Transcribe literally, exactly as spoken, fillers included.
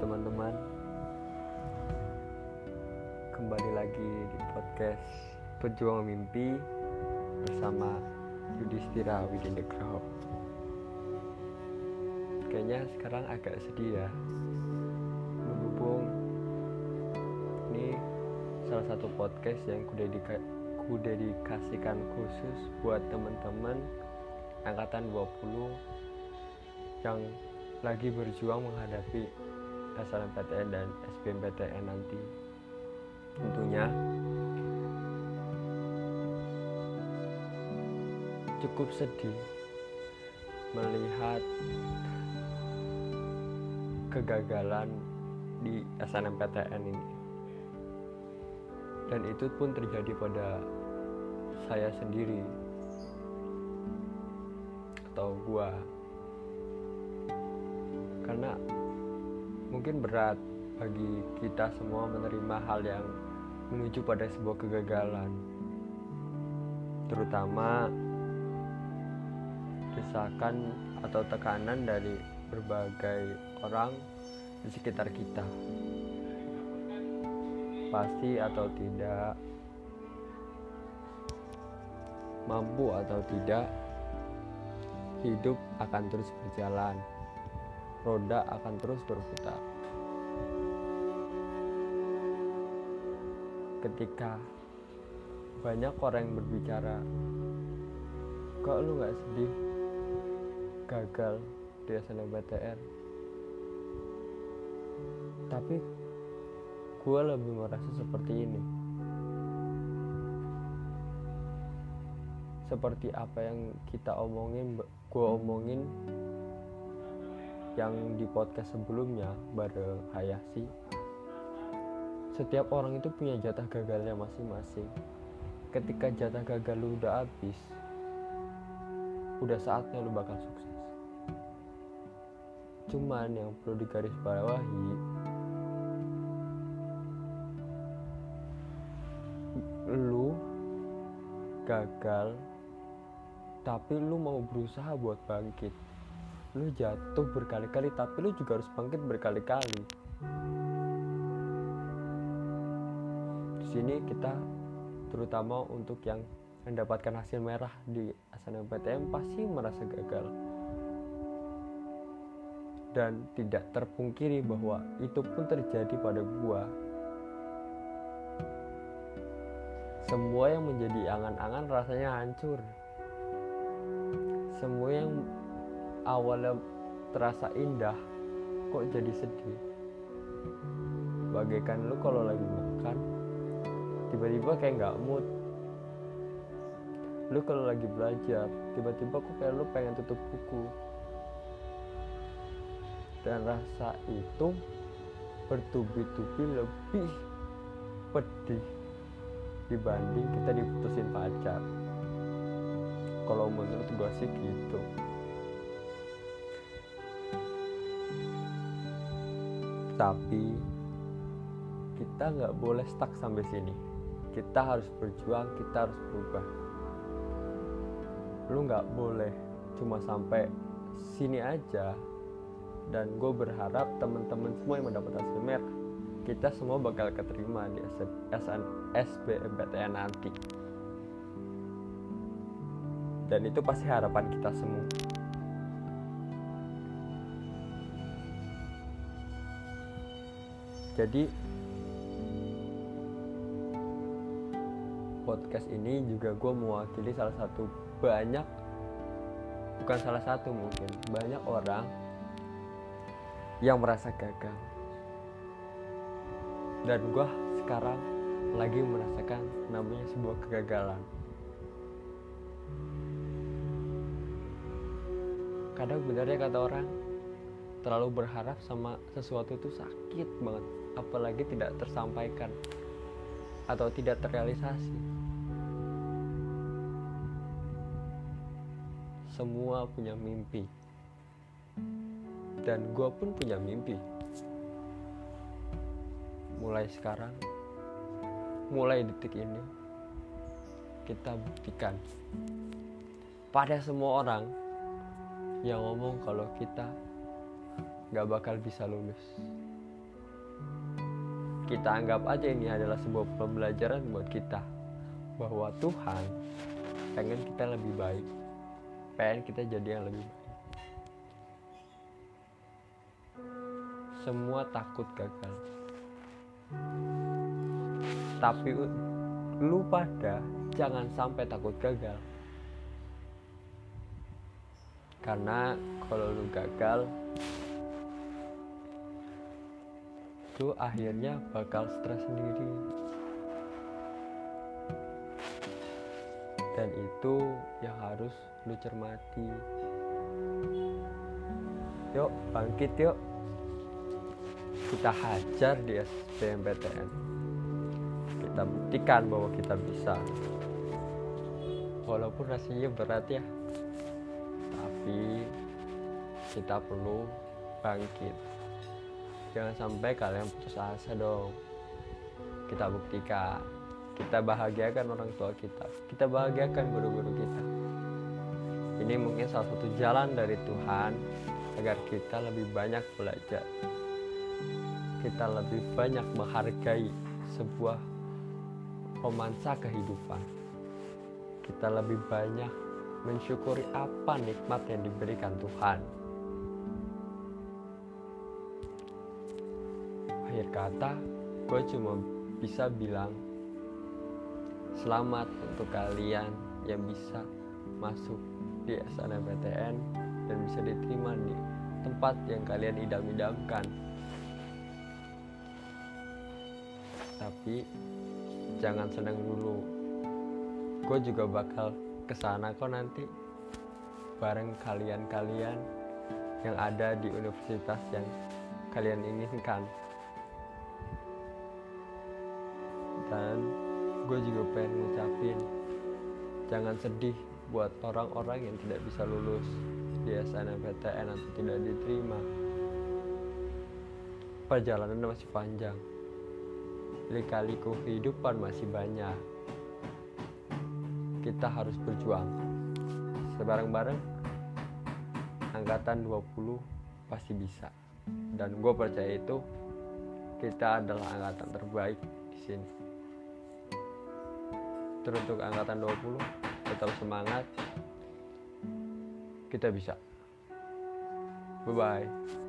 teman-teman, kembali lagi di podcast Pejuang Mimpi bersama Yudhistira Widinugroho. Kayaknya sekarang agak sedih ya, berhubung ini salah satu podcast yang ku dedika- ku dedikasikan khusus buat teman-teman angkatan dua puluh yang lagi berjuang menghadapi S N M P T N dan S B M P T N nanti. Tentunya cukup sedih melihat kegagalan di S N M P T N ini, dan itu pun terjadi pada saya sendiri atau gua, karena mungkin berat bagi kita semua menerima hal yang menuju pada sebuah kegagalan, terutama desakan atau tekanan dari berbagai orang di sekitar kita. Pasti atau tidak, mampu atau tidak, hidup akan terus berjalan, roda akan terus berputar. Ketika banyak orang yang berbicara, kok lu gak sedih gagal di S N M P T N? Tapi gue lebih merasa seperti ini. Seperti apa yang kita omongin, gue omongin yang di podcast sebelumnya bareng Hayashi. Setiap orang itu punya jatah gagalnya masing-masing. Ketika jatah gagal lu udah habis, udah saatnya lu bakal sukses. Cuman yang perlu digarisbawahi, lu gagal tapi lu mau berusaha buat bangkit. Lu jatuh berkali-kali tapi lu juga harus bangkit berkali-kali. Di sini kita terutama untuk yang mendapatkan hasil merah di S N M P T N pasti merasa gagal. Dan tidak terpungkiri bahwa itu pun terjadi pada gua. Semua yang menjadi angan-angan rasanya hancur. Semua yang awalnya terasa indah kok jadi sedih. Bagaikan lu kalau lagi makan tiba-tiba kayak gak mood. Lu kalau lagi belajar tiba-tiba kok kayak lu pengen tutup buku. Dan rasa itu bertubi-tubi lebih pedih dibanding kita diputusin pacar. Kalau menurut gue sih gitu. Tapi kita gak boleh stuck sampai sini. Kita harus berjuang, kita harus berubah. Lu gak boleh cuma sampai sini aja. Dan gue berharap teman-teman semua yang mendapat hasil merah, kita semua bakal keterima di S B M P T N nanti. Dan itu pasti harapan kita semua. Jadi podcast ini juga gue mewakili salah satu banyak, bukan salah satu mungkin, banyak orang yang merasa gagal. Dan gue sekarang lagi merasakan namanya sebuah kegagalan. Kadang benarnya kata orang, terlalu berharap sama sesuatu itu sakit banget, apalagi tidak tersampaikan atau tidak terrealisasi. Semua punya mimpi, dan gue pun punya mimpi. Mulai sekarang, mulai detik ini, kita buktikan pada semua orang yang ngomong kalau kita gak bakal bisa lulus. kita anggap aja ini adalah sebuah pembelajaran buat kita, bahwa Tuhan pengen kita lebih baik, pengen kita jadi yang lebih baik. Semua takut gagal, tapi lu pada jangan sampai takut gagal. Karena kalau lu gagal, lu akhirnya bakal stres sendiri. Dan itu yang harus lu cermati. Yuk bangkit yuk, kita hajar di S B M P T N. Kita buktikan bahwa kita bisa. Walaupun rasanya berat ya, tapi kita perlu bangkit. Jangan sampai kalian putus asa dong. Kita buktikan, kita bahagiakan orang tua kita, kita bahagiakan guru-guru kita. Ini mungkin salah satu jalan dari Tuhan agar kita lebih banyak belajar, kita lebih banyak menghargai sebuah romansa kehidupan, kita lebih banyak mensyukuri apa nikmat yang diberikan Tuhan. Akhir kata, gue cuma bisa bilang selamat untuk kalian yang bisa masuk di S N M P T N dan bisa diterima di tempat yang kalian idam-idamkan. Tapi jangan senang dulu, gue juga bakal kesana kok nanti bareng kalian-kalian yang ada di universitas yang kalian inginkan. Dan gue juga pengen ngucapin, jangan sedih buat orang-orang yang tidak bisa lulus di S N M P T N atau tidak diterima. Perjalanan masih panjang, lika-liku kehidupan masih banyak. Kita harus berjuang sebareng-bareng. Angkatan dua puluh pasti bisa, dan gue percaya itu kita adalah angkatan terbaik di sini. Teruntuk angkatan dua puluh, tetap semangat, kita bisa. Bye bye.